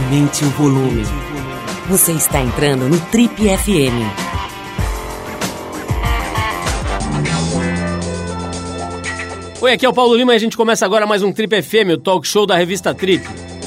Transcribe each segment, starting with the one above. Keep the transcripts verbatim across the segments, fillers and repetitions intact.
Aumente o volume. Você está entrando no Trip F M. Oi, aqui é o Paulo Lima e a gente começa agora mais um Trip F M, o talk show da revista Trip.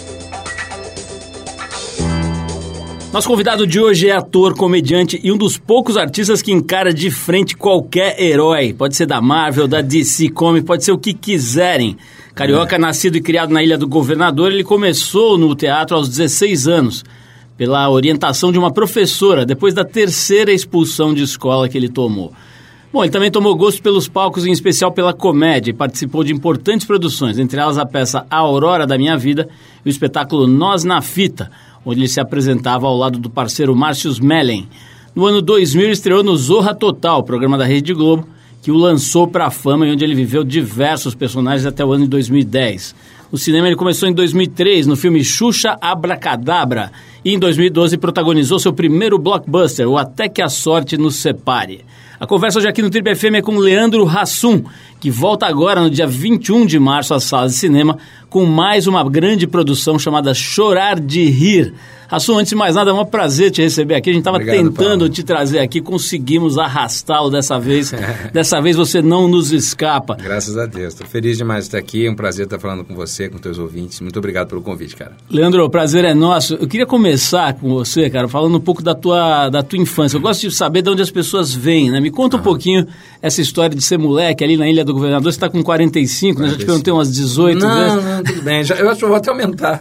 Nosso convidado de hoje é ator, comediante e um dos poucos artistas que encara de frente qualquer herói. Pode ser da Marvel, da D C Comics, pode ser o que quiserem. Carioca, é. nascido e criado na Ilha do Governador, ele começou no teatro aos dezesseis anos, pela orientação de uma professora, depois da terceira expulsão de escola que ele tomou. Bom, ele também tomou gosto pelos palcos, em especial pela comédia, e participou de importantes produções, entre elas a peça A Aurora da Minha Vida e o espetáculo Nós na Fita, onde ele se apresentava ao lado do parceiro Márcio Mellen. No ano dois mil, ele estreou no Zorra Total, programa da Rede Globo, que o lançou para a fama e onde ele viveu diversos personagens até o ano de dois mil e dez. No cinema ele começou em dois mil e três, no filme Xuxa Abracadabra, e em dois mil e doze protagonizou seu primeiro blockbuster, o Até que a Sorte nos Separe. A conversa hoje aqui no Trip F M é com Leandro Hassum, que volta agora no dia vinte e um de março às salas de cinema com mais uma grande produção chamada Chorar de Rir. Hassum, antes de mais nada, é um prazer te receber aqui. A gente estava tentando Paulo. te trazer aqui, conseguimos arrastá-lo dessa vez. Dessa vez você não nos escapa. Graças a Deus. Estou feliz demais de estar aqui. É um prazer estar falando com você, com teus ouvintes. Muito obrigado pelo convite, cara. Leandro, o prazer é nosso. Eu queria começar com você, cara, falando um pouco da tua, da tua infância. Eu gosto de saber de onde as pessoas vêm, né? Me conta um ah. pouquinho essa história de ser moleque ali na Ilha do Governador. Você está com quarenta e cinco, né? Já te perguntei umas dezoito. Não, né? não, tudo bem. Já, eu acho que eu vou até aumentar.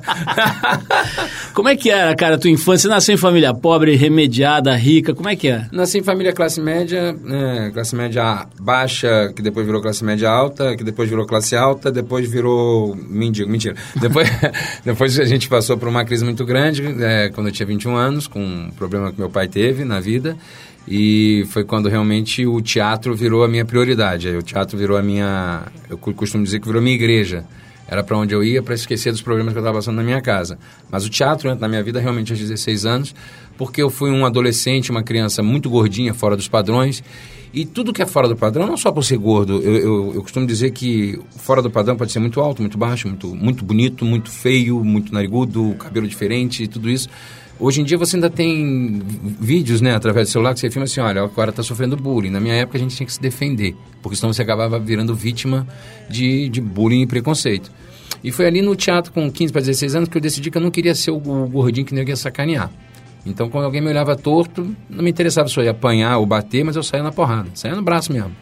Como é que era, cara, a tua infância? Você nasceu em família pobre, remediada, rica, como é que é? Nasci em família classe média, né, classe média baixa, que depois virou classe média alta, que depois virou classe alta, depois virou mendigo, mentira. Depois, depois a gente passou por uma crise muito grande, é, quando eu tinha vinte e um anos, com um problema que meu pai teve na vida, e foi quando realmente o teatro virou a minha prioridade. O teatro virou a minha, eu costumo dizer que virou a minha igreja. Era para onde eu ia para esquecer dos problemas que eu estava passando na minha casa. Mas o teatro entra na minha vida realmente aos dezesseis anos, porque eu fui um adolescente, uma criança muito gordinha, fora dos padrões. E tudo que é fora do padrão, não só por ser gordo, eu, eu, eu costumo dizer que fora do padrão pode ser muito alto, muito baixo, muito, muito bonito, muito feio, muito narigudo, cabelo diferente, tudo isso. Hoje em dia você ainda tem vídeos, né, através do celular, que você filma assim, olha, o cara está sofrendo bullying. Na minha época a gente tinha que se defender, porque senão você acabava virando vítima de, de bullying e preconceito. E foi ali no teatro, com quinze para dezesseis anos, que eu decidi que eu não queria ser o, o gordinho que ninguém ia sacanear. Então, quando alguém me olhava torto, não me interessava se eu ia apanhar ou bater, mas eu saía na porrada, saía no braço mesmo.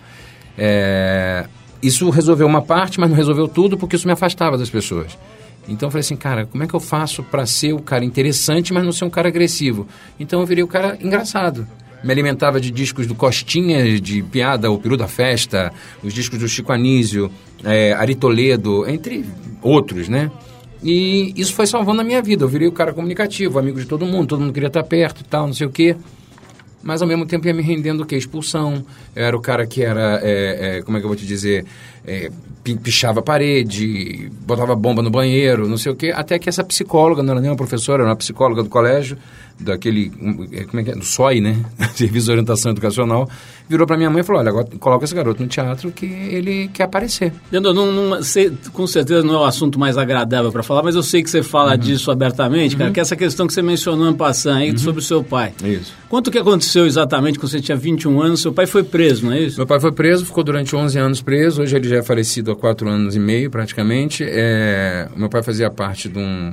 É... Isso resolveu uma parte, mas não resolveu tudo, porque isso me afastava das pessoas. Então eu falei assim, cara, como é que eu faço para ser o cara interessante, mas não ser um cara agressivo? Então eu virei o cara engraçado. Me alimentava de discos do Costinha, de Piada, o Peru da Festa, os discos do Chico Anísio, é, Ari Toledo, entre outros, né? E isso foi salvando a minha vida. Eu virei o cara comunicativo, amigo de todo mundo, todo mundo queria estar perto e tal, não sei o quê. Mas ao mesmo tempo ia me rendendo o quê? Expulsão. Eu era o cara que era, é, é, como é que eu vou te dizer, é, pichava a parede, botava bomba no banheiro, não sei o quê. Até que essa psicóloga, não era nem uma professora, era uma psicóloga do colégio, daquele, como é que é? Do S O I, né? Serviço de Orientação Educacional, virou para minha mãe e falou, olha, agora coloca esse garoto no teatro que ele quer aparecer. Leandro, não, não, sei, com certeza não é o assunto mais agradável para falar, mas eu sei que você fala uhum. disso abertamente, cara, uhum. que é essa questão que você mencionou em passando aí, uhum. sobre o seu pai. Isso. Quanto que aconteceu exatamente quando você tinha vinte e um anos? Seu pai foi preso, não é isso? Meu pai foi preso, ficou durante onze anos preso, hoje ele já é falecido há quatro anos e meio, praticamente. É, meu pai fazia parte de um...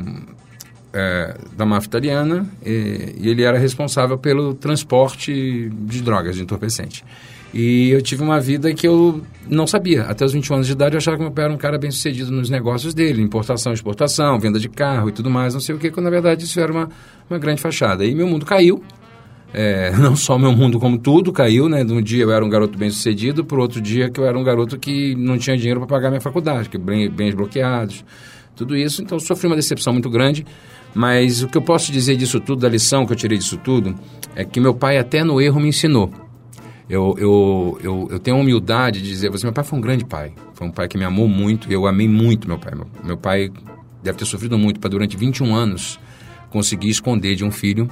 É, da máfia italiana e, e ele era responsável pelo transporte de drogas, de entorpecente. E eu tive uma vida que eu não sabia. Até os vinte e um anos de idade eu achava que meu pai era um cara bem sucedido nos negócios dele, importação, exportação, venda de carro e tudo mais, não sei o que, quando na verdade isso era uma, uma grande fachada. E meu mundo caiu, é, não só o meu mundo como tudo caiu, né? De um dia eu era um garoto bem sucedido, por outro dia que eu era um garoto que não tinha dinheiro para pagar minha faculdade, que bens bloqueados, tudo isso. Então eu sofri uma decepção muito grande. Mas o que eu posso dizer disso tudo, da lição que eu tirei disso tudo, é que meu pai até no erro me ensinou. Eu, eu, eu, eu tenho a humildade de dizer, você, meu pai foi um grande pai. Foi um pai que me amou muito, eu amei muito meu pai. Meu, meu pai deve ter sofrido muito para durante vinte e um anos conseguir esconder de um filho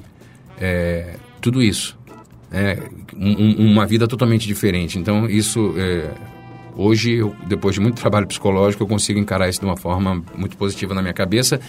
é, tudo isso. É, um, uma vida totalmente diferente. Então isso... É, hoje, eu, depois de muito trabalho psicológico, eu consigo encarar isso de uma forma muito positiva na minha cabeça.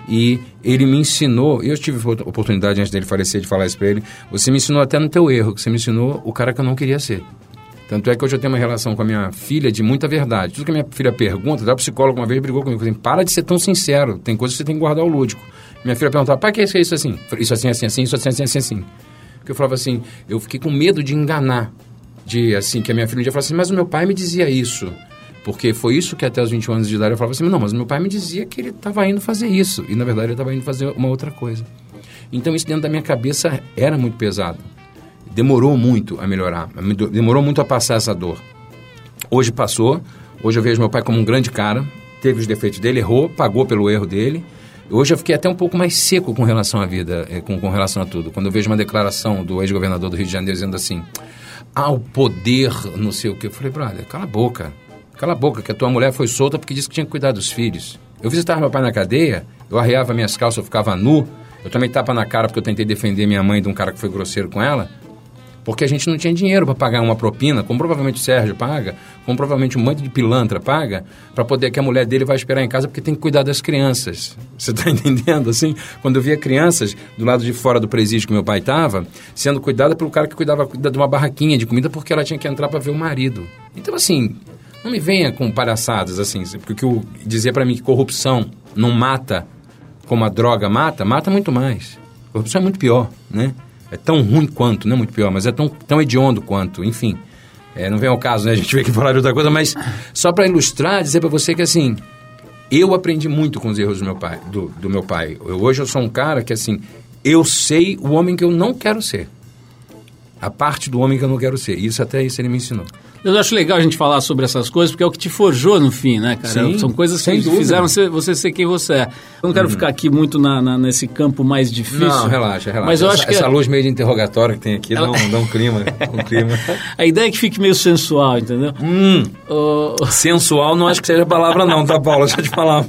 E ele me ensinou, eu tive a oportunidade antes dele falecer de falar isso para ele, você me ensinou até no teu erro, que você me ensinou o cara que eu não queria ser. Tanto é que hoje eu tenho uma relação com a minha filha de muita verdade. Tudo que a minha filha pergunta, até o psicólogo uma vez brigou comigo, assim, para de ser tão sincero, tem coisas que você tem que guardar o lúdico. Minha filha perguntava, pai, que é isso assim? Isso assim, assim, assim, isso assim, assim, assim, assim. Porque eu falava assim, eu fiquei com medo de enganar, de assim, que a minha filha um dia falava assim, mas o meu pai me dizia isso. Porque foi isso que até os vinte e um anos de idade eu falava assim, não, mas meu pai me dizia que ele estava indo fazer isso. E na verdade ele estava indo fazer uma outra coisa. Então isso dentro da minha cabeça era muito pesado. Demorou muito a melhorar, demorou muito a passar essa dor. Hoje passou, hoje eu vejo meu pai como um grande cara, teve os defeitos dele, errou, pagou pelo erro dele. Hoje eu fiquei até um pouco mais seco com relação à vida, com, com relação a tudo. Quando eu vejo uma declaração do ex-governador do Rio de Janeiro dizendo assim, ah, o poder, não sei o quê. Eu falei, brother, cala a boca. Cala a boca, que a tua mulher foi solta porque disse que tinha que cuidar dos filhos. Eu visitava meu pai na cadeia, eu arreava minhas calças, eu ficava nu. Eu tomei tapa na cara porque eu tentei defender minha mãe de um cara que foi grosseiro com ela. Porque a gente não tinha dinheiro para pagar uma propina, como provavelmente o Sérgio paga, como provavelmente um monte de pilantra paga, para poder que a mulher dele vai esperar em casa porque tem que cuidar das crianças. Você está entendendo? Assim, quando eu via crianças do lado de fora do presídio que meu pai estava, sendo cuidada pelo cara que cuidava de uma barraquinha de comida porque ela tinha que entrar para ver o marido. Então, assim, não me venha com palhaçadas, assim, porque eu dizia para mim que corrupção não mata como a droga mata, mata muito mais. Corrupção é muito pior, né? É tão ruim quanto, não é muito pior, mas é tão, tão hediondo quanto, enfim. É, não vem ao caso, né? A gente vê que falar de outra coisa, mas só para ilustrar, dizer para você que, assim, eu aprendi muito com os erros do meu pai. Do, do meu pai. Eu, hoje eu sou um cara que, assim, eu sei o homem que eu não quero ser. A parte do homem que eu não quero ser. Isso até isso ele me ensinou. Eu acho legal a gente falar sobre essas coisas, porque é o que te forjou no fim, né, cara? Sim, são coisas que sem fizeram você, você ser quem você é. Eu não quero uhum. ficar aqui muito na, na, nesse campo mais difícil. Não, relaxa, relaxa. Mas eu essa, acho que essa é... luz meio de interrogatório que tem aqui Ela... dá, um, dá um clima. Um clima. A ideia é que fique meio sensual, entendeu? Hum, oh... Sensual não acho que seja a palavra não, tá, Paulo? Deixa eu te falar.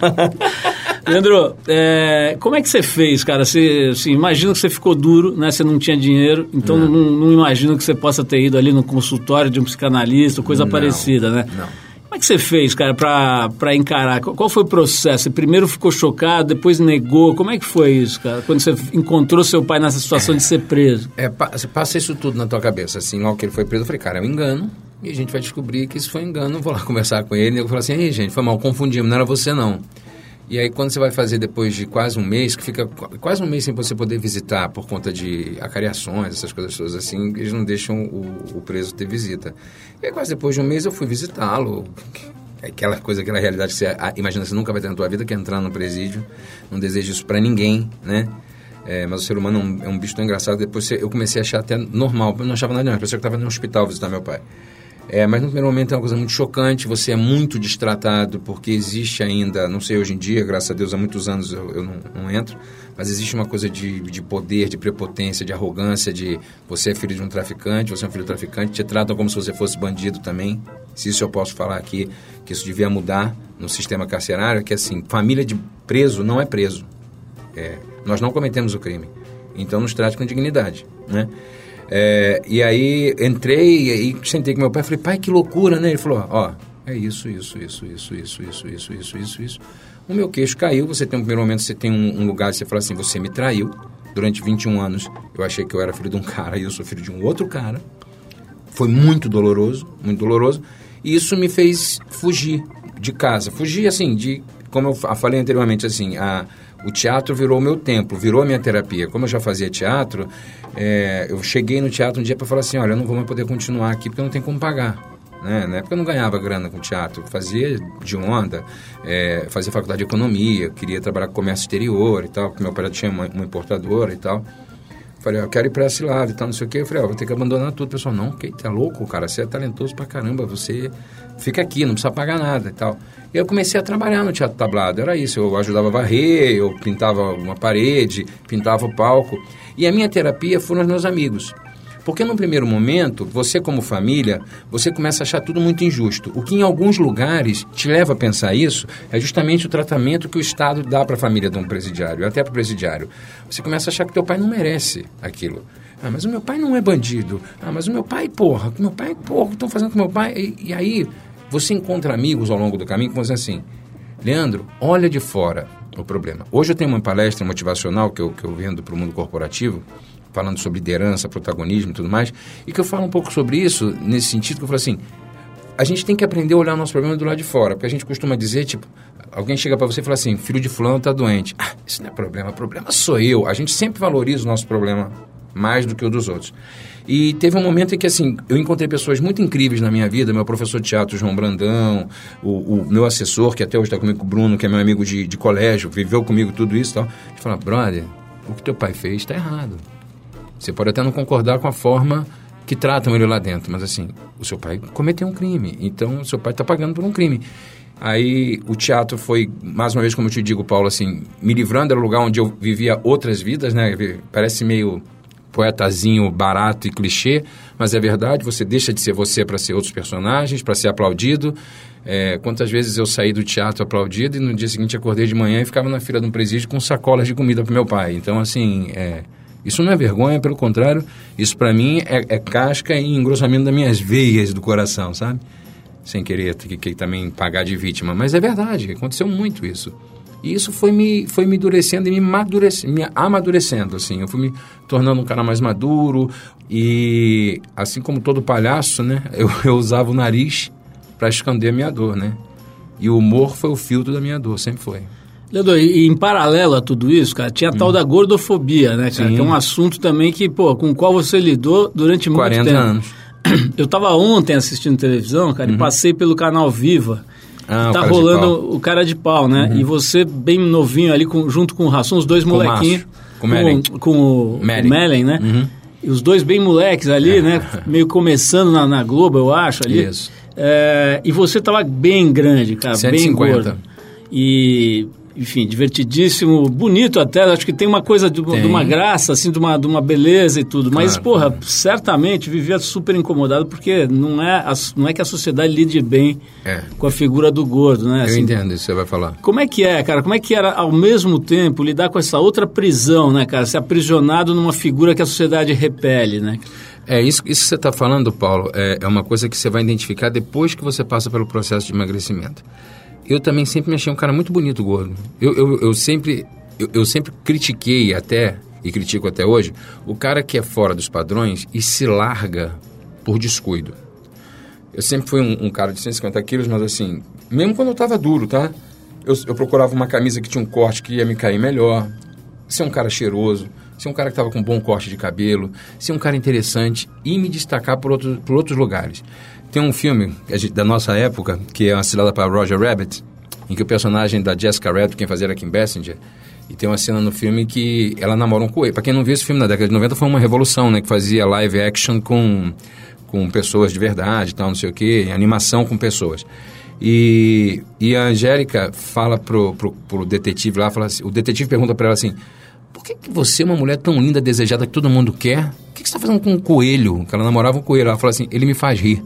Leandro, é, como é que você fez, cara? Você, assim, imagina que você ficou duro, né? Você não tinha dinheiro, então não, não, não imagino que você possa ter ido ali no consultório de um psicanalista ou coisa não, parecida, né? Não. Como é que você fez, cara, pra, pra encarar? Qual foi o processo? Você primeiro ficou chocado, depois negou? Como é que foi isso, cara? Quando você encontrou seu pai nessa situação é, de ser preso? É, você passa isso tudo na tua cabeça, assim, logo que ele foi preso, eu falei, cara, é um engano, e a gente vai descobrir que isso foi um engano. Eu vou lá conversar com ele, e eu falo assim, ei, gente, foi mal, confundimos, não era você, não. E aí, quando você vai fazer depois de quase um mês, que fica quase um mês sem você poder visitar por conta de acariações, essas coisas todas assim, eles não deixam o, o preso ter visita. E aí, quase depois de um mês, eu fui visitá-lo. Aquela coisa, aquela realidade que você imagina, você nunca vai ter na tua vida, que é entrar no presídio. Não desejo isso pra ninguém, né? É, mas o ser humano é um, é um bicho tão engraçado. Depois eu comecei a achar até normal. Eu não achava nada, não. Eu pensei que eu estava no hospital visitar meu pai. É, mas no primeiro momento é uma coisa muito chocante, você é muito destratado, porque existe ainda, não sei hoje em dia, graças a Deus há muitos anos eu, eu não, não entro, mas existe uma coisa de, de poder, de prepotência, de arrogância, de você é filho de um traficante, você é um filho de um traficante, te tratam como se você fosse bandido também. Se isso eu posso falar aqui, que isso devia mudar no sistema carcerário, que assim, família de preso não é preso. É, nós não cometemos o crime, então nos trate com dignidade, né? É, e aí entrei e aí sentei com meu pai e falei, pai, que loucura, né? Ele falou, ó, é isso, isso, isso, isso, isso, isso, isso, isso, isso, isso. O meu queixo caiu, você tem um primeiro momento, você tem um, um lugar, você fala assim, você me traiu. Durante vinte e um anos, eu achei que eu era filho de um cara e eu sou filho de um outro cara. Foi muito doloroso, muito doloroso. E isso me fez fugir de casa. Fugir, assim, de, como eu falei anteriormente, assim, a... O teatro virou o meu templo, virou a minha terapia. Como eu já fazia teatro, é, eu cheguei no teatro um dia para falar assim, olha, eu não vou mais poder continuar aqui porque eu não tenho como pagar. Né? Na época eu não ganhava grana com teatro, fazia de onda, é, fazia faculdade de economia, queria trabalhar com comércio exterior e tal, porque meu pai tinha uma, uma importadora e tal. Falei, eu quero ir para esse lado e tal, não sei o quê. Eu falei, ó, vou ter que abandonar tudo. O pessoal, não, que tá louco, cara, você é talentoso pra caramba, você fica aqui, não precisa pagar nada e tal. E eu comecei a trabalhar no teatro tablado, era isso, eu ajudava a varrer, eu pintava uma parede, pintava o palco. E a minha terapia foram os meus amigos. Porque no primeiro momento, você como família, você começa a achar tudo muito injusto. O que em alguns lugares te leva a pensar isso é justamente o tratamento que o Estado dá para a família de um presidiário, até para o presidiário. Você começa a achar que teu pai não merece aquilo. Ah, mas o meu pai não é bandido. Ah, mas o meu pai, porra, o meu pai, porra, o que estão fazendo com o meu pai? E, e aí você encontra amigos ao longo do caminho que vão dizer assim, Leandro, olha de fora, o problema. Hoje eu tenho uma palestra motivacional que eu, que eu vendo para o mundo corporativo, falando sobre liderança, protagonismo e tudo mais, e que eu falo um pouco sobre isso, nesse sentido que eu falo assim, a gente tem que aprender a olhar o nosso problema do lado de fora, porque a gente costuma dizer, tipo, alguém chega para você e fala assim, filho de fulano está doente. Ah, isso não é problema, o problema sou eu. A gente sempre valoriza o nosso problema mais do que o dos outros. E teve um momento em que, assim, eu encontrei pessoas muito incríveis na minha vida, meu professor de teatro, João Brandão, o, o meu assessor, que até hoje está comigo, o Bruno, que é meu amigo de, de colégio, viveu comigo tudo isso e tal. A gente fala, brother, o que teu pai fez está errado. Você pode até não concordar com a forma que tratam ele lá dentro, mas assim, o seu pai cometeu um crime, então o seu pai está pagando por um crime. Aí o teatro foi, mais uma vez, como eu te digo, Paulo, assim, me livrando, era o lugar onde eu vivia outras vidas, né? Parece meio poetazinho barato e clichê, mas é verdade, você deixa de ser você para ser outros personagens, para ser aplaudido. É, quantas vezes eu saí do teatro aplaudido e no dia seguinte acordei de manhã e ficava na fila de um presídio com sacolas de comida para meu pai. Então, assim, é, isso não é vergonha, pelo contrário, isso para mim é, é casca e engrossamento das minhas veias do coração, sabe? Sem querer que, que também pagar de vítima, mas é verdade, aconteceu muito isso. E isso foi me, foi me endurecendo e me, madurece, me amadurecendo, assim. Eu fui me tornando um cara mais maduro e, assim como todo palhaço, né? Eu, eu usava o nariz para esconder a minha dor, né? E o humor foi o filtro da minha dor, sempre foi. Leandro, e em paralelo a tudo isso, cara, tinha a tal hum. da gordofobia, né, cara? Sim. Que é um assunto também que, pô, com o qual você lidou durante muito tempo. quarenta anos. Eu estava ontem assistindo televisão, cara, uhum. e passei pelo canal Viva. Ah, tá o rolando o Cara de Pau, né? Uhum. E você bem novinho ali, com, junto com o Rassum, os dois com molequinhos. Com o Mellen. Com, com o Mellen, né? Uhum. E os dois bem moleques ali, né? Meio começando na, na Globo, eu acho, ali. Isso. É, e você tava bem grande, cara, cento e cinquenta. Bem gordo. E... Enfim, divertidíssimo, bonito até, acho que tem uma coisa de, de uma graça, assim, de uma, de uma beleza e tudo. Mas, claro, porra, claro. certamente vivia super incomodado, porque não é, a, não é que a sociedade lide bem é. com a figura do gordo, né? Assim, eu entendo isso que você vai falar. Como é que é, cara? Como é que era, ao mesmo tempo, lidar com essa outra prisão, né, cara? Ser aprisionado numa figura que a sociedade repele, né? É, isso, isso que você está falando, Paulo, é, é uma coisa que você vai identificar depois que você passa pelo processo de emagrecimento. Eu também sempre me achei um cara muito bonito, gordo. Eu, eu, eu, sempre, eu, eu sempre critiquei até, e critico até hoje, o cara que é fora dos padrões e se larga por descuido. Eu sempre fui um, um cara de cento e cinquenta quilos, mas assim, mesmo quando eu estava duro, tá? Eu, eu procurava uma camisa que tinha um corte que ia me cair melhor, ser um cara cheiroso, ser um cara que estava com um bom corte de cabelo, ser um cara interessante e me destacar por, outro, por outros lugares. Tem um filme da nossa época, que é uma cilada para Roger Rabbit, em que o personagem da Jessica Rabbit, quem fazia era Kim Basinger, e tem uma cena no filme que ela namora um coelho. Para quem não viu esse filme, na década de noventa foi uma revolução, né? Que fazia live action com, com pessoas de verdade, tal, não sei o quê, animação com pessoas. E, e a Angélica fala pro, pro, pro detetive lá, fala assim, o detetive pergunta para ela assim, por que, que você é uma mulher tão linda, desejada, que todo mundo quer? O que, que você está fazendo com um coelho? Que ela namorava um coelho. Ela fala assim, ele me faz rir.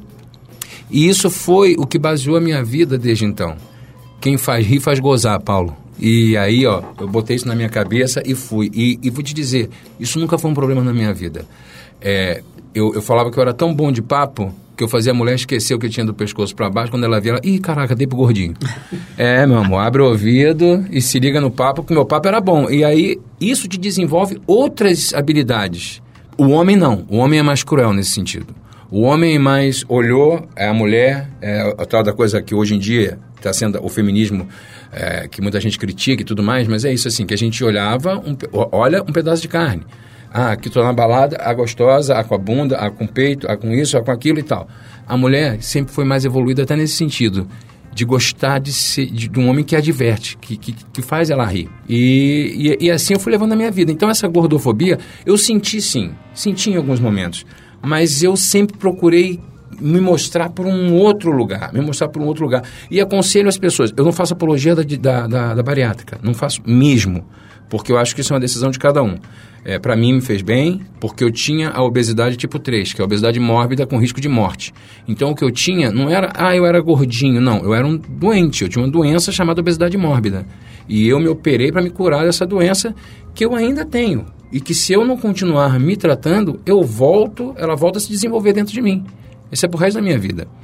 E isso foi o que baseou a minha vida desde então. Quem faz rir faz gozar, Paulo. E aí, ó, eu botei isso na minha cabeça e fui. E, e vou te dizer, isso nunca foi um problema na minha vida. É, eu, eu falava que eu era tão bom de papo que eu fazia a mulher esquecer o que tinha do pescoço para baixo. Quando ela via, ela, ih, caraca, dei pro gordinho. É, meu amor, abre o ouvido e se liga no papo, porque meu papo era bom. E aí, isso te desenvolve outras habilidades. O homem não. O homem é mais cruel nesse sentido. O homem mais olhou, é a mulher, é a tal da coisa que hoje em dia está sendo o feminismo, é, que muita gente critica e tudo mais, mas é isso assim, que a gente olhava, um, olha um pedaço de carne. Ah, aqui estou na balada, a gostosa, a com a bunda, a com o peito, a com isso, a com aquilo e tal. A mulher sempre foi mais evoluída até nesse sentido, de gostar de, ser, de, de um homem que a diverte, que, que, que faz ela rir. E, e, e assim eu fui levando a minha vida. Então essa gordofobia, eu senti sim, senti em alguns momentos. Mas eu sempre procurei me mostrar por um outro lugar, me mostrar por um outro lugar. E aconselho as pessoas, eu não faço apologia da, da, da, da bariátrica, não faço mesmo, porque eu acho que isso é uma decisão de cada um. É, para mim me fez bem, porque eu tinha a obesidade tipo três, que é a obesidade mórbida com risco de morte. Então o que eu tinha não era, ah, eu era gordinho, não, eu era um doente, eu tinha uma doença chamada obesidade mórbida. E eu me operei para me curar dessa doença que eu ainda tenho. E que se eu não continuar me tratando, eu volto, ela volta a se desenvolver dentro de mim. Isso é pro resto da minha vida.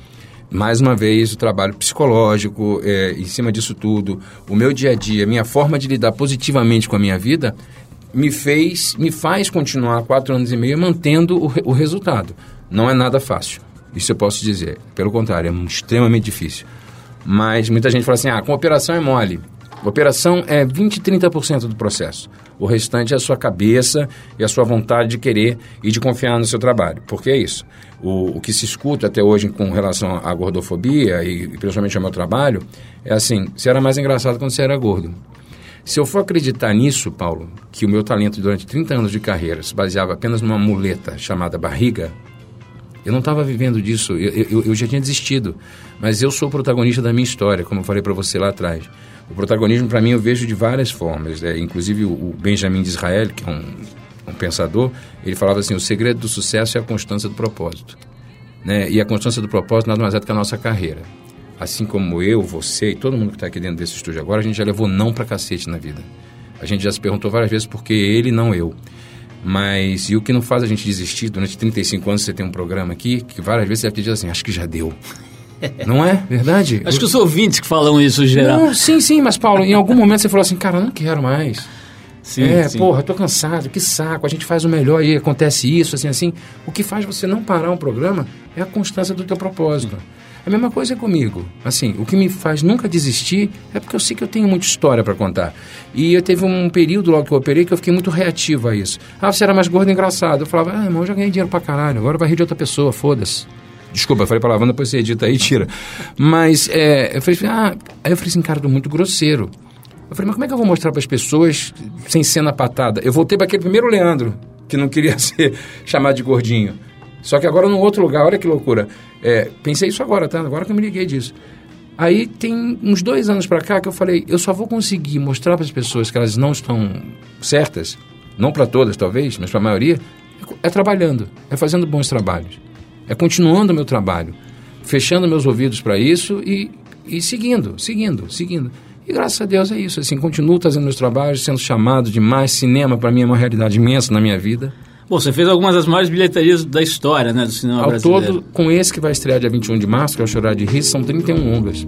mais uma vez, o trabalho psicológico, é, em cima disso tudo, o meu dia a dia, minha forma de lidar positivamente com a minha vida, me fez, me faz continuar quatro anos e meio mantendo o, o resultado. Não é nada fácil, isso eu posso dizer. Pelo contrário, é extremamente difícil. Mas muita gente fala assim, ah, com operação é mole. Operação é vinte, trinta por cento do processo. O restante é a sua cabeça e a sua vontade de querer e de confiar no seu trabalho. Porque é isso. O, o que se escuta até hoje com relação à gordofobia e, e principalmente ao meu trabalho, é assim, você era mais engraçado quando você era gordo. Se eu for acreditar nisso, Paulo, que o meu talento durante trinta anos de carreira se baseava apenas numa muleta chamada barriga, eu não estava vivendo disso, eu, eu, eu já tinha desistido. Mas eu sou o protagonista da minha história, como eu falei para você lá atrás. O protagonismo, para mim, eu vejo de várias formas. Né? Inclusive, o, o Benjamin Disraeli, que é um, um pensador, ele falava assim, o segredo do sucesso é a constância do propósito. Né? E a constância do propósito nada mais é do que a nossa carreira. Assim como eu, você e todo mundo que está aqui dentro desse estúdio agora, a gente já levou não pra cacete na vida. A gente já se perguntou várias vezes por que ele, não eu. Mas, e o que não faz a gente desistir, durante trinta e cinco anos você tem um programa aqui, que várias vezes você deve dizer assim, acho que já deu. Não é? Verdade? Acho que os ouvintes que falam isso, em geral. Não, sim, sim, mas Paulo, em algum momento você falou assim, cara, eu não quero mais. Sim, é, sim. porra, eu tô cansado, que saco, a gente faz o melhor aí, acontece isso, assim, assim. O que faz você não parar um programa é a constância do teu propósito. A mesma coisa é comigo. Assim, o que me faz nunca desistir é porque eu sei que eu tenho muita história para contar. E eu teve um período logo que eu operei que eu fiquei muito reativo a isso. Ah, você era mais gordo e engraçado. Eu falava, ah, irmão, eu já ganhei dinheiro pra caralho, agora vai rir de outra pessoa, foda-se. Desculpa, eu falei palavrão, depois você edita aí e tira. Mas, é, eu falei, ah, aí eu falei assim, cara, tô muito grosseiro. Eu falei, mas como é que eu vou mostrar para as pessoas sem ser na patada? Eu voltei para aquele primeiro Leandro, que não queria ser chamado de gordinho. Só que agora num outro lugar, olha que loucura. É, pensei isso agora, tá? Agora que eu me liguei disso. Aí tem uns dois anos pra cá que eu falei, eu só vou conseguir mostrar para as pessoas que elas não estão certas, não para todas talvez, mas para a maioria, é trabalhando, é fazendo bons trabalhos, é continuando o meu trabalho, fechando meus ouvidos para isso e, e seguindo, seguindo, seguindo. E graças a Deus é isso, assim, continuo fazendo meus trabalhos, sendo chamado de mais cinema, para mim é uma realidade imensa na minha vida. Bom, você fez algumas das maiores bilheterias da história, né, do cinema Ao brasileiro. todo, com esse que vai estrear dia vinte e um de março, que é o Chorar de Rir, são trinta e um longas.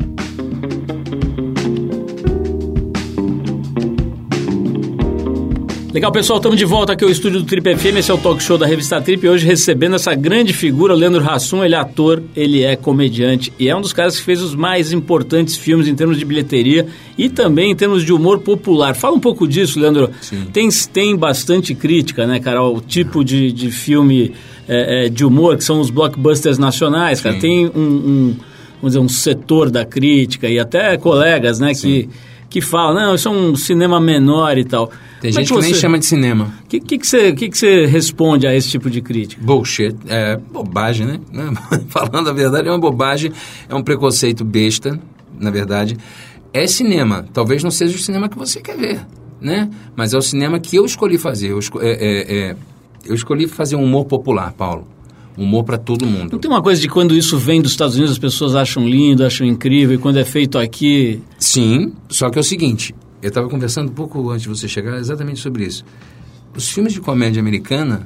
Legal, pessoal, estamos de volta aqui ao estúdio do Trip F M, esse é o talk show da revista Trip, hoje recebendo essa grande figura, o Leandro Hassum. Ele é ator, ele é comediante e é um dos caras que fez os mais importantes filmes em termos de bilheteria e também em termos de humor popular. Fala um pouco disso, Leandro. Sim. Tem, tem bastante crítica, né, cara, o tipo de, de filme é, é, de humor, que são os blockbusters nacionais, cara. Sim. Tem um, um, vamos dizer, um setor da crítica e até colegas, né, que, que falam, não, isso é um cinema menor e tal. Tem Como gente é que, que nem você... chama de cinema. O que, que, que, você, que, que você responde a esse tipo de crítica? Bullshit. É bobagem, né? Falando a verdade, é uma bobagem, é um preconceito besta, na verdade. É cinema. Talvez não seja o cinema que você quer ver, né? Mas é o cinema que eu escolhi fazer. Eu, esco... é, é, é... eu escolhi fazer um humor popular, Paulo. Humor para todo mundo. Não tem uma coisa de quando isso vem dos Estados Unidos, as pessoas acham lindo, acham incrível, e quando é feito aqui... Sim, só que é o seguinte... Eu estava conversando um pouco antes de você chegar exatamente sobre isso. Os filmes de comédia americana,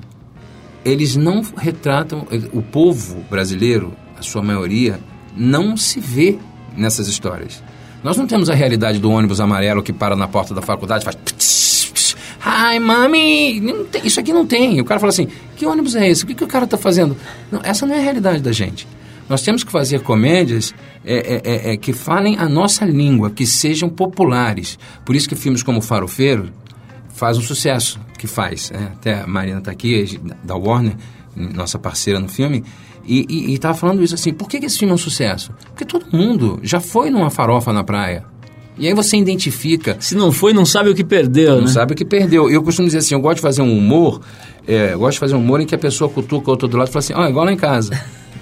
eles não retratam... O povo brasileiro, a sua maioria, não se vê nessas histórias. Nós não temos a realidade do ônibus amarelo que para na porta da faculdade e faz... Hi, mami! Não tem, isso aqui não tem. O cara fala assim, que ônibus é esse? O que, que o cara está fazendo? Não, essa não é a realidade da gente. Nós temos que fazer comédias é, é, é, que falem a nossa língua, que sejam populares. Por isso que filmes como Farofeiro faz um sucesso, que faz. Né? Até a Marina está aqui, da Warner, nossa parceira no filme, e estava falando isso assim, por que, que esse filme é um sucesso? Porque todo mundo já foi numa farofa na praia. E aí você identifica... Se não foi, não sabe o que perdeu, Não né? sabe o que perdeu. Eu costumo dizer assim, eu gosto de fazer um humor, é, eu gosto de fazer um humor em que a pessoa cutuca o outro do lado e fala assim, ó, oh, igual lá em casa.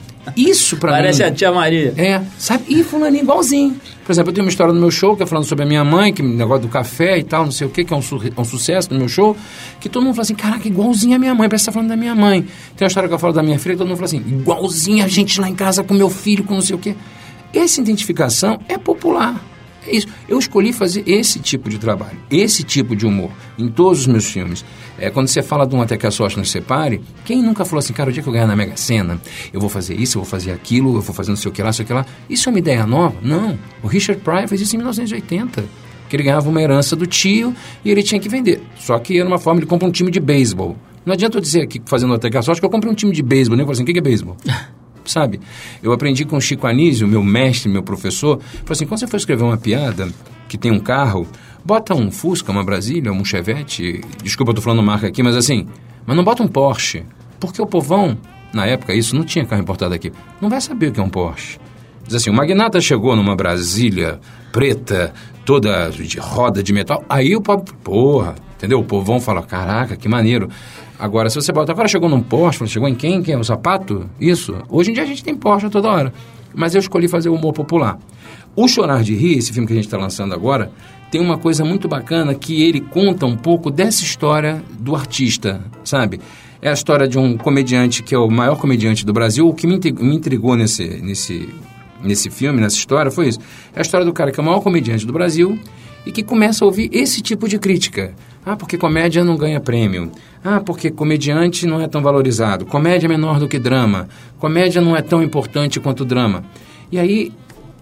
Isso pra Parece mim... a tia Maria. É, sabe? E fulaninho igualzinho. Por exemplo, eu tenho uma história no meu show, que é falando sobre a minha mãe, que negócio do café e tal, não sei o que, que é um, su um sucesso no meu show, que todo mundo fala assim, caraca, igualzinho a minha mãe, parece que tá falando da minha mãe. Tem uma história que eu falo da minha filha, que todo mundo fala assim, igualzinho a gente lá em casa com meu filho, com não sei o que. Essa identificação é popular. É isso. Eu escolhi fazer esse tipo de trabalho, esse tipo de humor, em todos os meus filmes. É, quando você fala de um Até que a Sorte Nos Separe, quem nunca falou assim, cara, o dia que eu ganhar na Mega Sena, eu vou fazer isso, eu vou fazer aquilo, eu vou fazer não sei o que lá, não sei o que lá. Isso é uma ideia nova? Não. O Richard Pryor fez isso em mil novecentos e oitenta. Que ele ganhava uma herança do tio e ele tinha que vender. Só que era uma forma, ele compra um time de beisebol. Não adianta eu dizer aqui, fazendo Até que a Sorte, que eu comprei um time de beisebol, né? Eu falei assim, o que é beisebol? Sabe? Eu aprendi com o Chico Anísio, meu mestre, meu professor, falou assim, quando você for escrever uma piada que tem um carro, bota um Fusca, uma Brasília, um Chevette, desculpa, eu tô falando marca aqui, mas assim, mas não bota um Porsche, porque o povão, na época isso, não tinha carro importado aqui, não vai saber o que é um Porsche. Diz assim, o magnata chegou numa Brasília preta, toda de roda de metal, aí o povo, porra, entendeu? O povão fala, caraca, que maneiro. Agora, se você bota, agora chegou num Porsche, chegou em quem? Quem? Um sapato? Isso. Hoje em dia a gente tem Porsche a toda hora. Mas eu escolhi fazer o humor popular. O Chorar de Rir, esse filme que a gente está lançando agora, tem uma coisa muito bacana que ele conta um pouco dessa história do artista, sabe? É a história de um comediante que é o maior comediante do Brasil. O que me intrigou nesse, nesse, nesse filme, nessa história, foi isso. É a história do cara que é o maior comediante do Brasil e que começa a ouvir esse tipo de crítica. Ah, porque comédia não ganha prêmio. Ah, porque comediante não é tão valorizado. Comédia é menor do que drama. Comédia não é tão importante quanto drama. E aí,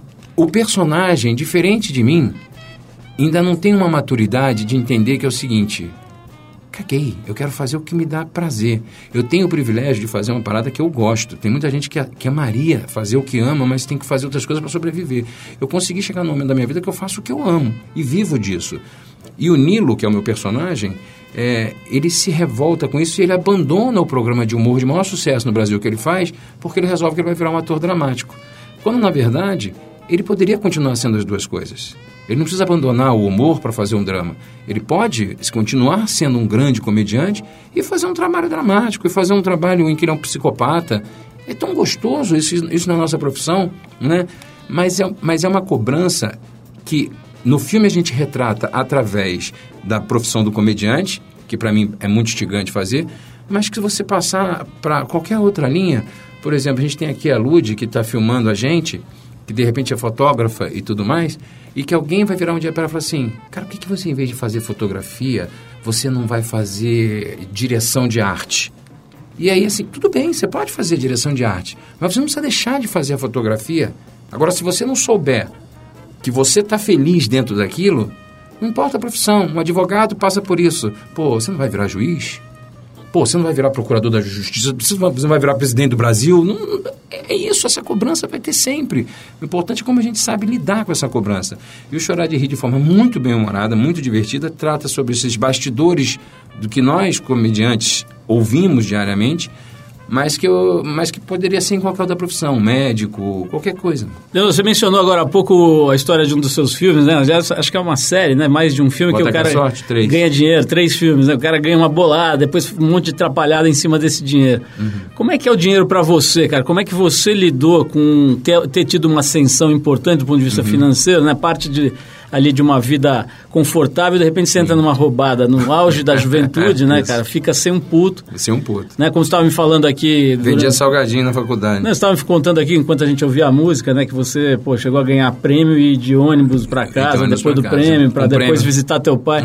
o personagem, diferente de mim, ainda não tem uma maturidade de entender que é o seguinte... Caguei, eu quero fazer o que me dá prazer. Eu tenho o privilégio de fazer uma parada que eu gosto. Tem muita gente que, que amaria fazer o que ama, mas tem que fazer outras coisas para sobreviver. Eu consegui chegar no momento da minha vida que eu faço o que eu amo e vivo disso. E o Nilo, que é o meu personagem, é, ele se revolta com isso e ele abandona o programa de humor de maior sucesso no Brasil que ele faz, porque ele resolve que ele vai virar um ator dramático. Quando, na verdade, ele poderia continuar sendo as duas coisas. Ele não precisa abandonar o humor para fazer um drama. Ele pode continuar sendo um grande comediante e fazer um trabalho dramático, e fazer um trabalho em que ele é um psicopata. É tão gostoso isso, isso na nossa profissão, né? Mas é, mas é uma cobrança que no filme a gente retrata através da profissão do comediante, que para mim é muito instigante fazer, mas que se você passar para qualquer outra linha, por exemplo, a gente tem aqui a Lud, que está filmando a gente, que de repente é fotógrafa e tudo mais, e que alguém vai virar um dia para ela e falar assim, cara, por que, que você, em vez de fazer fotografia, você não vai fazer direção de arte? E aí, assim, tudo bem, você pode fazer direção de arte, mas você não precisa deixar de fazer a fotografia. Agora, se você não souber que você está feliz dentro daquilo, não importa a profissão, um advogado passa por isso. Pô, você não vai virar juiz? Pô, você não vai virar procurador da justiça? Você não vai virar presidente do Brasil? Não, é isso, essa cobrança vai ter sempre. O importante é como a gente sabe lidar com essa cobrança. E o Chorar de Rir, de forma muito bem-humorada, muito divertida, trata sobre esses bastidores do que nós, comediantes, ouvimos diariamente, mas que, eu, mas que poderia ser em qualquer outra profissão, médico, qualquer coisa. Você mencionou agora há pouco a história de um dos seus filmes, né? Aliás, acho que é uma série, né? Mais de um filme Bota que o cara sorte, três. Ganha dinheiro, três filmes, né? O cara ganha uma bolada, depois um monte de atrapalhada em cima desse dinheiro. Uhum. Como é que é o dinheiro para você, cara? Como é que você lidou com ter, ter tido uma ascensão importante do ponto de vista uhum. financeiro, né? Parte de... ali de uma vida confortável, de repente você entra numa roubada no auge da juventude, né, cara? Fica sem um puto. Sem um puto. Né? Como você estava me falando aqui... Vendia durante... salgadinho na faculdade. Não, você estava me contando aqui, enquanto a gente ouvia a música, né, que você, pô, chegou a ganhar prêmio e ir de ônibus para casa, depois pra do casa. prêmio, para depois prêmio. visitar teu pai.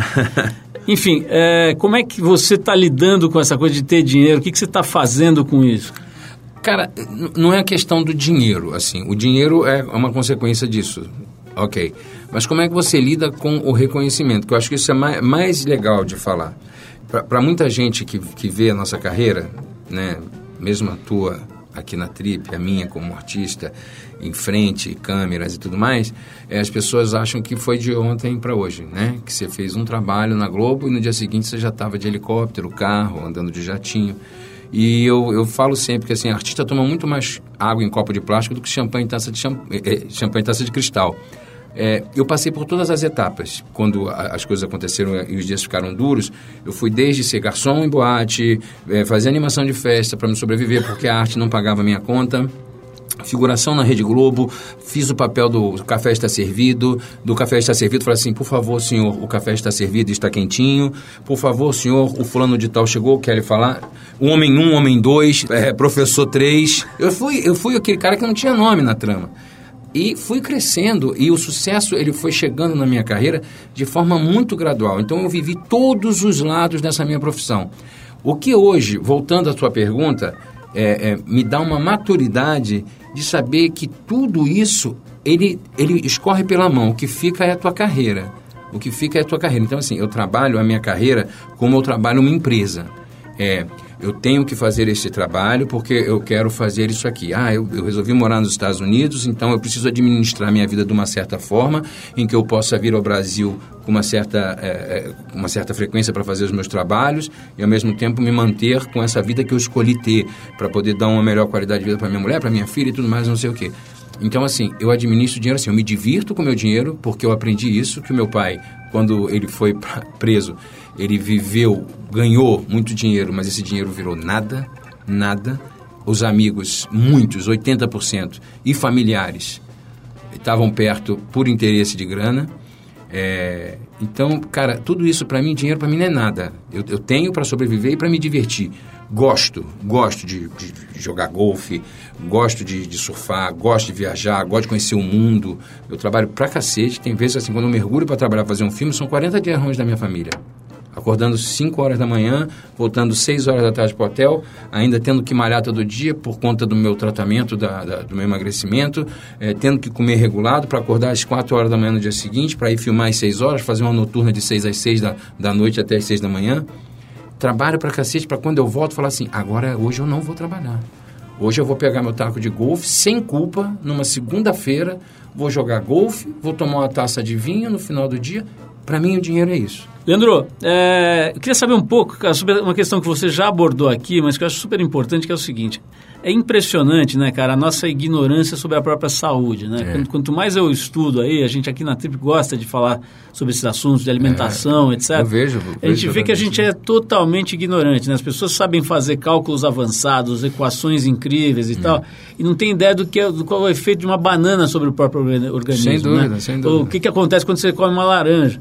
Enfim, é, como é que você está lidando com essa coisa de ter dinheiro? O que, que você está fazendo com isso? Cara, não é a questão do dinheiro, assim. O dinheiro é uma consequência disso. Ok. Mas como é que você lida com o reconhecimento? Que eu acho que isso é mais, mais legal de falar. Para muita gente que, que vê a nossa carreira, né, mesmo a tua aqui na Trip, a minha como artista, em frente, câmeras e tudo mais, é, as pessoas acham que foi de ontem para hoje, né? Que você fez um trabalho na Globo e no dia seguinte você já estava de helicóptero, carro, andando de jatinho. E eu, eu falo sempre que assim, a artista toma muito mais água em copo de plástico do que champanhe em taça de, champ... é, champanhe em taça de cristal. É, eu passei por todas as etapas. Quando a, as coisas aconteceram e os dias ficaram duros, eu fui desde ser garçom em boate, é, fazer animação de festa para me sobreviver, porque a arte não pagava a minha conta, figuração na Rede Globo, fiz o papel do Café Está Servido, do Café Está Servido, falei assim, por favor, senhor, o café está servido e está quentinho, por favor, senhor, o fulano de tal chegou, quer lhe falar, o homem um, homem dois, é, professor três, eu fui, eu fui aquele cara que não tinha nome na trama. E fui crescendo, e o sucesso ele foi chegando na minha carreira de forma muito gradual. Então eu vivi todos os lados dessa minha profissão. O que hoje, voltando à sua pergunta, é, é, me dá uma maturidade de saber que tudo isso, ele, ele escorre pela mão. O que fica é a tua carreira. O que fica é a tua carreira. Então, assim, eu trabalho a minha carreira como eu trabalho uma empresa. É, eu tenho que fazer esse trabalho porque eu quero fazer isso aqui. Ah, eu, eu resolvi morar nos Estados Unidos, então eu preciso administrar minha vida de uma certa forma em que eu possa vir ao Brasil com uma certa, é, uma certa frequência para fazer os meus trabalhos e, ao mesmo tempo, me manter com essa vida que eu escolhi ter para poder dar uma melhor qualidade de vida para minha mulher, para minha filha e tudo mais, não sei o quê. Então, assim, eu administro o dinheiro assim, eu me divirto com o meu dinheiro porque eu aprendi isso, que o meu pai, quando ele foi preso, ele viveu, ganhou muito dinheiro, mas esse dinheiro virou nada, nada. Os amigos, muitos, oitenta por cento, e familiares, estavam perto por interesse de grana. É, então, cara, tudo isso para mim, dinheiro para mim não é nada. Eu, eu tenho para sobreviver e para me divertir. Gosto, gosto de, de, de jogar golfe, gosto de, de surfar, gosto de viajar, gosto de conhecer o mundo. Eu trabalho pra cacete. Tem vezes assim, quando eu mergulho para trabalhar, fazer um filme, são quarenta dias longe da minha família. Acordando cinco horas da manhã, voltando seis horas da tarde para o hotel, ainda tendo que malhar todo dia por conta do meu tratamento, da, da, do meu emagrecimento, é, tendo que comer regulado para acordar às quatro horas da manhã no dia seguinte, para ir filmar às seis horas, fazer uma noturna de seis às seis da, da noite até às seis da manhã. Trabalho pra cacete para quando eu volto falar assim, agora hoje eu não vou trabalhar. Hoje eu vou pegar meu taco de golfe sem culpa, numa segunda-feira, vou jogar golfe, vou tomar uma taça de vinho no final do dia. Para mim o dinheiro é isso. Leandro, é, eu queria saber um pouco cara, sobre uma questão que você já abordou aqui, mas que eu acho super importante, que é o seguinte. É impressionante, né, cara, a nossa ignorância sobre a própria saúde, né? É. Quanto, quanto mais eu estudo aí, a gente aqui na Trip gosta de falar sobre esses assuntos de alimentação, é. etcétera. Eu vejo. Eu a gente vejo vê que a gente é totalmente ignorante, né? As pessoas sabem fazer cálculos avançados, equações incríveis e hum. tal, e não tem ideia do, que é, do qual é o efeito de uma banana sobre o próprio organismo. Sem dúvida, né? sem dúvida. O que, que acontece quando você come uma laranja.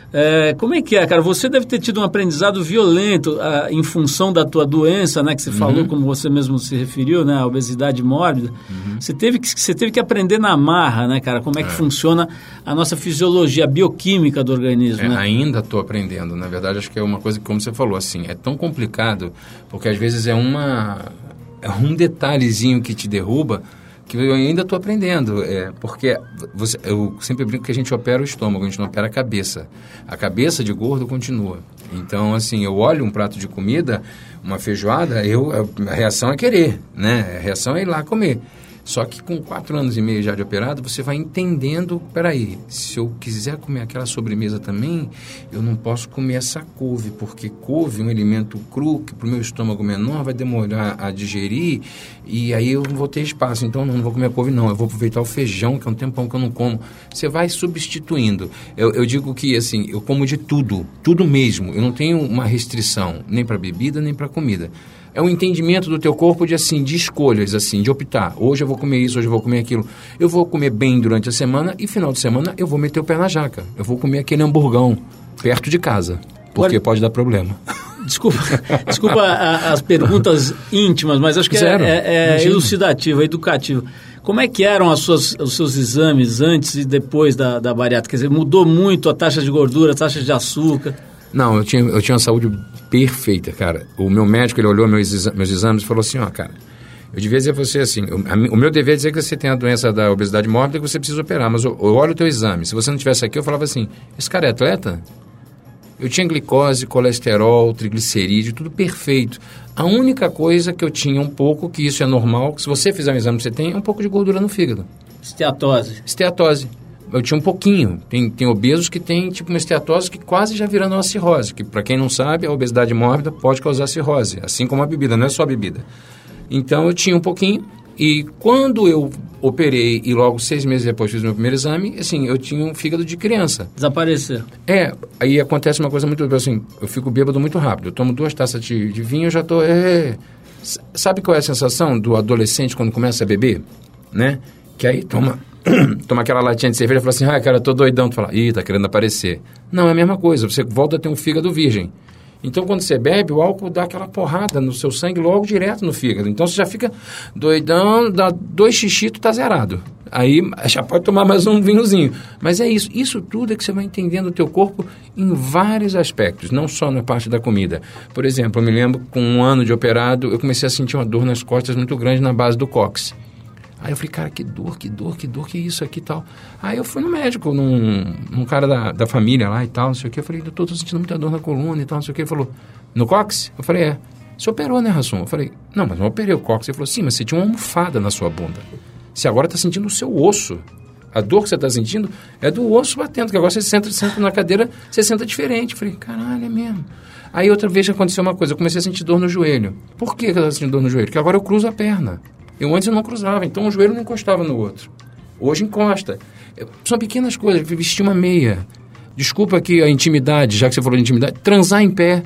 É, como é que é, cara? Você deve ter tido um aprendizado violento ah, em função da tua doença, né? Que você uhum. falou, como você mesmo se referiu, né? A obesidade mórbida. Uhum. Você, teve que, você teve que aprender na marra, né, cara? Como é que é. funciona a nossa fisiologia, a bioquímica do organismo, é, né? Ainda estou aprendendo. Na verdade, acho que é uma coisa que, como você falou, assim, é tão complicado, porque às vezes é, uma, é um detalhezinho que te derruba, que eu ainda estou aprendendo, é, porque você, eu sempre brinco que a gente opera o estômago, a gente não opera a cabeça. A cabeça de gordo continua. Então, assim, eu olho um prato de comida, uma feijoada, eu, a reação é querer, né? A reação é ir lá comer. Só que com quatro anos e meio já de operado, você vai entendendo, peraí, se eu quiser comer aquela sobremesa também, eu não posso comer essa couve, porque couve é um alimento cru, que para o meu estômago menor vai demorar a digerir, e aí eu não vou ter espaço, então não, não vou comer a couve não, eu vou aproveitar o feijão, que é um tempão que eu não como. Você vai substituindo. Eu, eu digo que, assim, eu como de tudo, tudo mesmo, eu não tenho uma restrição, nem para bebida, nem para comida. É um entendimento do teu corpo de, assim, de escolhas, assim, de optar. Hoje eu vou comer isso, hoje eu vou comer aquilo. Eu vou comer bem durante a semana e final de semana eu vou meter o pé na jaca. Eu vou comer aquele hamburgão perto de casa, porque Agora, pode dar problema. Desculpa, desculpa a, as perguntas íntimas, mas acho que Zero. é, é, é elucidativo, é educativo. Como é que eram as suas, os seus exames antes e depois da, da bariátrica? Quer dizer, mudou muito a taxa de gordura, a taxa de açúcar? Não, eu tinha, eu tinha uma saúde perfeita, cara. O meu médico, ele olhou meus, exa- meus exames e falou assim, ó, cara, eu devia dizer pra você assim, o, a, o meu dever é dizer que você tem a doença da obesidade mórbida e que você precisa operar, mas eu, eu olho o teu exame. Se você não tivesse aqui, eu falava assim, esse cara é atleta? Eu tinha glicose, colesterol, triglicerídeo, tudo perfeito. A única coisa que eu tinha um pouco, que isso é normal, que se você fizer um exame que você tem, é um pouco de gordura no fígado. Esteatose. Esteatose. Eu tinha um pouquinho. Tem, tem obesos que tem tipo uma esteatose que quase já virando uma cirrose, que para quem não sabe, a obesidade mórbida pode causar cirrose, assim como a bebida, não é só a bebida. Então eu tinha um pouquinho e quando eu operei e logo seis meses depois fiz o meu primeiro exame, assim, eu tinha um fígado de criança. Desapareceu. É, aí acontece uma coisa muito, assim, eu fico bêbado muito rápido. Eu tomo duas taças de, de vinho, eu já tô... É... Sabe qual é a sensação do adolescente quando começa a beber? Né? Que aí toma... toma aquela latinha de cerveja e fala assim, ah, cara, eu tô doidão. Tu fala, ih, tá querendo aparecer. Não, é a mesma coisa, você volta a ter um fígado virgem. Então, quando você bebe, o álcool dá aquela porrada no seu sangue logo direto no fígado. Então, você já fica doidão, dá dois xixi, tu tá zerado. aí já pode tomar mais um vinhozinho. Mas é isso. Isso tudo é que você vai entendendo o teu corpo em vários aspectos, não só na parte da comida. Por exemplo, eu me lembro, com um ano de operado, eu comecei a sentir uma dor nas costas muito grande na base do cóccix. Aí eu falei, cara, que dor, que dor, que dor, que isso aqui e tal. Aí eu fui no médico, num, num cara da, da família lá e tal, não sei o que. Eu falei, doutor, tô sentindo muita dor na coluna e tal, não sei o que. Ele falou, no cóccix? Eu falei, é. Você operou, né, Rassum? Eu falei, não, mas não operei o cóccix. Ele falou, sim, mas você tinha uma almofada na sua bunda. Você agora está sentindo o seu osso. A dor que você está sentindo é do osso batendo, que agora você senta, senta na cadeira, você senta diferente. Eu falei, caralho, é mesmo. Aí outra vez aconteceu uma coisa, eu comecei a sentir dor no joelho. Por que eu estava sentindo dor no joelho? Porque agora eu cruzo a perna. Eu antes eu não cruzava, então o joelho não encostava no outro. Hoje encosta. São pequenas coisas, vestir uma meia. Desculpa aqui a intimidade, já que você falou de intimidade, transar em pé.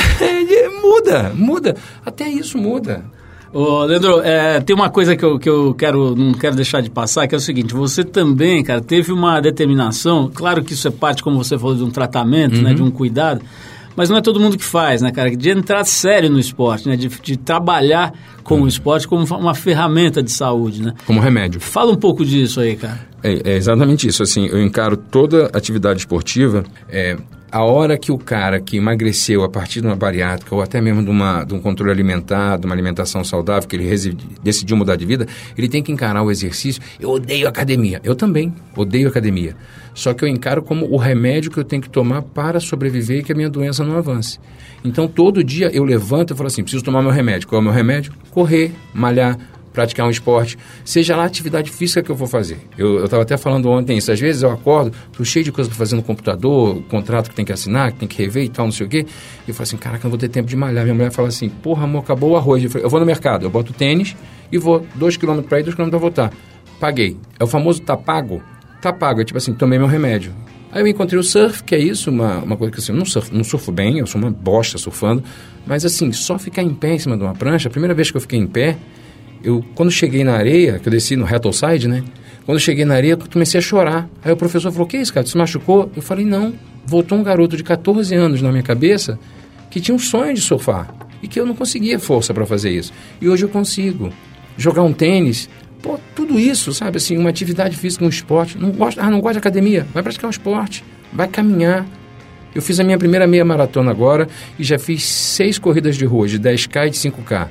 muda, muda. Até isso muda. Ô, Leandro, é, tem uma coisa que eu, que eu quero, não quero deixar de passar, que é o seguinte, você também, cara, teve uma determinação, claro que isso é parte, como você falou, de um tratamento, uhum. né, de um cuidado, mas não é todo mundo que faz, né, cara, de entrar sério no esporte, né, de, de trabalhar com uhum. o esporte como uma ferramenta de saúde, né. Como remédio. Fala um pouco disso aí, cara. É, é exatamente isso, assim, eu encaro toda atividade esportiva, é, a hora que o cara que emagreceu a partir de uma bariátrica ou até mesmo de, uma, de um controle alimentar, de uma alimentação saudável, que ele residi, decidiu mudar de vida, ele tem que encarar o exercício. Eu odeio academia. Eu também odeio academia. Só que eu encaro como o remédio que eu tenho que tomar para sobreviver e que a minha doença não avance. Então, todo dia eu levanto e falo assim, preciso tomar meu remédio. Qual é o meu remédio? Correr, malhar, praticar um esporte, seja lá a atividade física que eu for fazer. Eu estava até falando ontem isso, às vezes eu acordo, estou cheio de coisa para fazer no computador, contrato que tem que assinar, que tem que rever e tal, não sei o quê, e eu falo assim, caraca, não vou ter tempo de malhar. Minha mulher fala assim, porra, amor, acabou o arroz. Eu, falei, eu vou no mercado, eu boto tênis e vou dois quilômetros para ir, dois quilômetros para voltar. Paguei. É o famoso tá pago? Tá pago, é tipo assim, tomei meu remédio. Aí eu encontrei o surf, que é isso, uma, uma coisa que assim, eu não surfo, não surfo bem, eu sou uma bosta surfando, mas assim, só ficar em pé em cima de uma prancha, a primeira vez que eu fiquei em pé, eu, quando cheguei na areia, que eu desci no Rattleside, né? Quando eu cheguei na areia, eu comecei a chorar. Aí o professor falou, o que é isso, cara? Tu se machucou? Eu falei, não. Voltou um garoto de catorze anos na minha cabeça que tinha um sonho de surfar e que eu não conseguia força para fazer isso. E hoje eu consigo. Jogar um tênis, pô, tudo isso, sabe? Assim, uma atividade física, um esporte. Não gosto, ah, não gosto de academia? Vai praticar um esporte. Vai caminhar. Eu fiz a minha primeira meia maratona agora e já fiz seis corridas de rua, de dez K e de cinco K.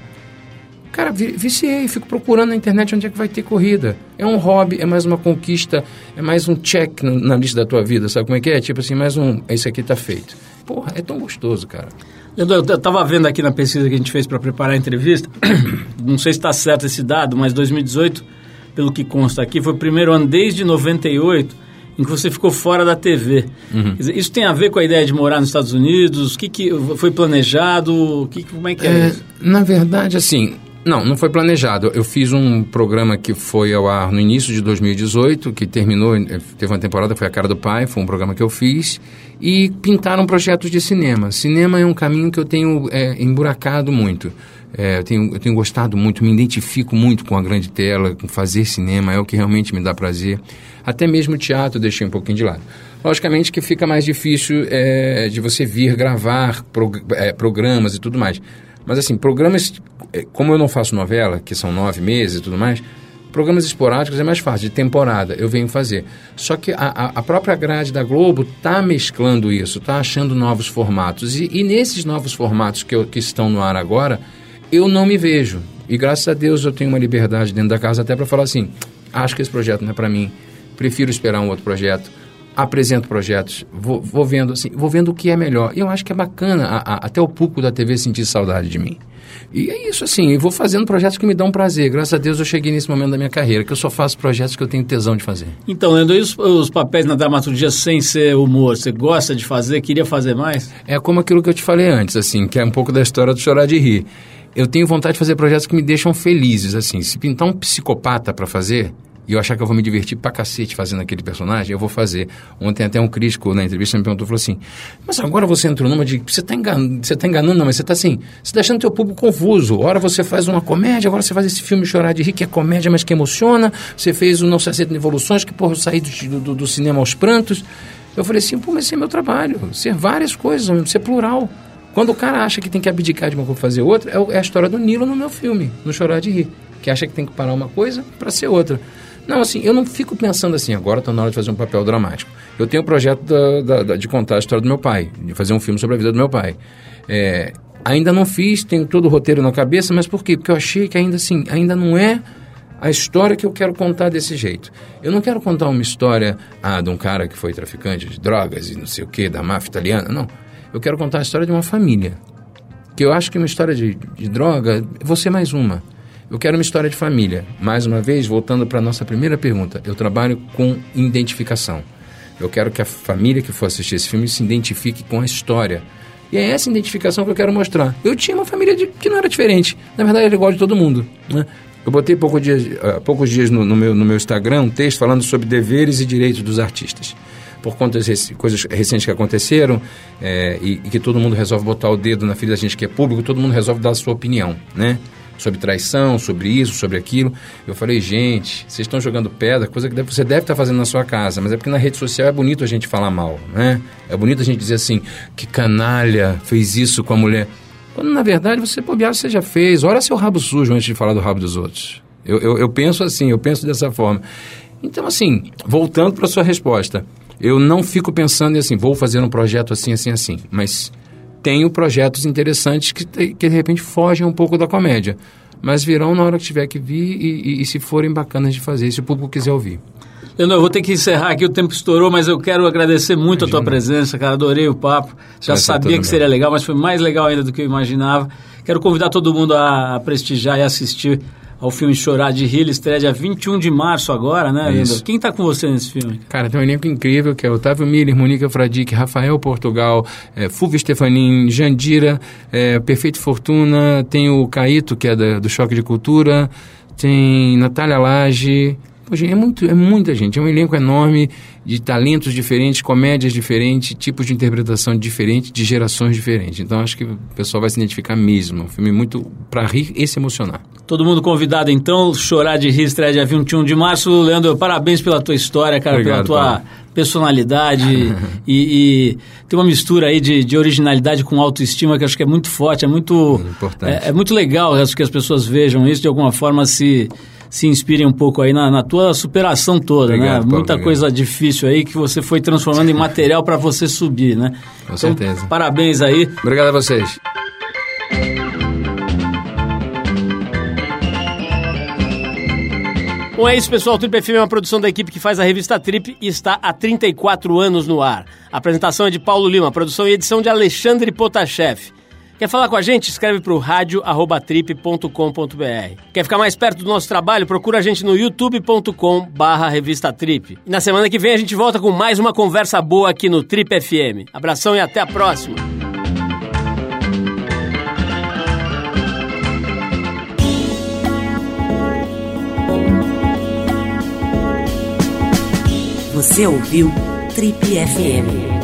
Cara, viciei, fico procurando na internet onde é que vai ter corrida. É um hobby, é mais uma conquista, é mais um check na lista da tua vida, sabe como é que é? Tipo assim, mais um, esse aqui tá feito. Porra, é tão gostoso, cara. Eu, eu, eu tava vendo aqui na pesquisa que a gente fez para preparar a entrevista, não sei se está certo esse dado, mas dois mil e dezoito, pelo que consta aqui, foi o primeiro ano desde noventa e oito em que você ficou fora da T V. Uhum. Quer dizer, isso tem a ver com a ideia de morar nos Estados Unidos? O que, que foi planejado? O que, como é que é, é isso? Na verdade, assim... Não, não foi planejado. Eu fiz um programa que foi ao ar no início de dois mil e dezoito, que terminou, teve uma temporada, foi A Cara do Pai, foi um programa que eu fiz, e pintaram projetos de cinema. Cinema é um caminho que eu tenho é, emburacado muito. É, eu, tenho, eu tenho gostado muito, me identifico muito com a grande tela, com fazer cinema, é o que realmente me dá prazer. Até mesmo o teatro eu deixei um pouquinho de lado. Logicamente que fica mais difícil é, de você vir gravar prog- é, programas e tudo mais. Mas assim, programas, como eu não faço novela, que são nove meses e tudo mais, programas esporádicos é mais fácil, de temporada, eu venho fazer. Só que a, a própria grade da Globo está mesclando isso, está achando novos formatos. E, e nesses novos formatos que, eu, que estão no ar agora, eu não me vejo. E graças a Deus eu tenho uma liberdade dentro da casa até para falar assim, acho que esse projeto não é para mim, prefiro esperar um outro projeto. Apresento projetos, vou, vou vendo assim, vou vendo o que é melhor. E eu acho que é bacana, a, a, até o público da T V sentir saudade de mim. E é isso assim, eu vou fazendo projetos que me dão prazer. Graças a Deus eu cheguei nesse momento da minha carreira, que eu só faço projetos que eu tenho tesão de fazer. Então, Leandro, e os, os papéis na dramaturgia sem ser humor, você gosta de fazer, queria fazer mais? É como aquilo que eu te falei antes, assim, que é um pouco da história do chorar de rir. Eu tenho vontade de fazer projetos que me deixam felizes, assim. Se pintar um psicopata para fazer... e eu achar que eu vou me divertir pra cacete fazendo aquele personagem, eu vou fazer. Ontem até um crítico na entrevista me perguntou, falou assim, mas agora você entrou numa de, você tá enganando, você tá enganando, não, mas você tá assim, você tá deixando teu público confuso. Ora você faz uma comédia, agora você faz esse filme Chorar de Rir, que é comédia, mas que emociona. Você fez o Não Se Aceita Evoluções, que, porra, eu saí do, do, do cinema aos prantos. Eu falei assim, pô, mas esse é meu trabalho, ser várias coisas, ser plural. Quando o cara acha que tem que abdicar de uma coisa e fazer outra, é a história do Nilo no meu filme, no Chorar de Rir, que acha que tem que parar uma coisa pra ser outra. Não, assim, eu não fico pensando assim, agora está na hora de fazer um papel dramático. Eu tenho o projeto da, da, da, de contar a história do meu pai, de fazer um filme sobre a vida do meu pai. É, ainda não fiz, tenho todo o roteiro na cabeça, mas por quê? Porque eu achei que ainda assim, ainda não é a história que eu quero contar desse jeito. Eu não quero contar uma história ah, de um cara que foi traficante de drogas e não sei o quê, da máfia italiana, não. Eu quero contar a história de uma família. Que eu acho que uma história de, de droga, vou ser mais uma. Eu quero uma história de família. Mais uma vez, voltando para a nossa primeira pergunta, eu trabalho com identificação. Eu quero que a família que for assistir esse filme se identifique com a história. E é essa identificação que eu quero mostrar. Eu tinha uma família de, que não era diferente. Na verdade, era igual de todo mundo, né? Eu botei pouco dias, uh, poucos dias no, no, meu, no meu Instagram um texto falando sobre deveres e direitos dos artistas. Por conta das coisas recentes que aconteceram é, e, e que todo mundo resolve botar o dedo na ferida da gente que é público, todo mundo resolve dar a sua opinião, né? Sobre traição, sobre isso, sobre aquilo. Eu falei, gente, vocês estão jogando pedra, coisa que deve, você deve estar fazendo na sua casa, mas é porque na rede social é bonito a gente falar mal, né? É bonito a gente dizer assim, que canalha fez isso com a mulher. Quando, na verdade, você, bobear, você já fez. Ora seu rabo sujo antes de falar do rabo dos outros. Eu, eu, eu penso assim, eu penso dessa forma. Então, assim, voltando para a sua resposta, eu não fico pensando em assim, vou fazer um projeto assim, assim, assim, mas tenho projetos interessantes que, que de repente fogem um pouco da comédia, mas virão na hora que tiver que vir e, e, e se forem bacanas de fazer, se o público quiser ouvir. Leandro, eu vou ter que encerrar aqui, o tempo estourou, mas eu quero agradecer muito Imagina. a tua presença, cara, adorei o papo, já Vai sabia que seria mesmo. legal, mas foi mais legal ainda do que eu imaginava. Quero convidar todo mundo a, a prestigiar e assistir ao filme Chorar de Rir. Ele estreia dia vinte e um de março agora, né, Leandro? Quem tá com você nesse filme? Cara, tem um elenco incrível, que é Otávio Miller, Mônica Fradique, Rafael Portugal, é, Fulvio Stefanin, Jandira, é, Perfeito Fortuna, tem o Caíto, que é da, do Choque de Cultura, tem Natália Lage. Poxa, é, muito, é muita gente, é um elenco enorme de talentos diferentes, comédias diferentes, tipos de interpretação diferentes, de gerações diferentes. Então, acho que o pessoal vai se identificar mesmo. Um filme muito para rir e se emocionar. Todo mundo convidado, então. Chorar de Rir, estreia dia vinte e um de março. Leandro, parabéns pela tua história, cara, Obrigado, pela tua Paulo. personalidade e, e tem uma mistura aí de, de originalidade com autoestima que eu acho que é muito forte, é muito, é, é muito legal. Acho que as pessoas vejam isso, de alguma forma se... se inspirem um pouco aí na, na tua superação toda, obrigado, né? Paulo, Muita obrigado. coisa difícil aí que você foi transformando em material para você subir, né? Com então, certeza. Parabéns aí. Obrigado a vocês. Bom, é isso, pessoal. O Trip F M é uma produção da equipe que faz a revista Trip e está há trinta e quatro anos no ar. A apresentação é de Paulo Lima, produção e edição de Alexandre Potashev. Quer falar com a gente? Escreve para o rádio arroba trip ponto com ponto b r. Quer ficar mais perto do nosso trabalho? Procura a gente no youtube ponto com barra revista Trip. E na semana que vem a gente volta com mais uma conversa boa aqui no Trip F M. Abração e até a próxima. Você ouviu Trip F M.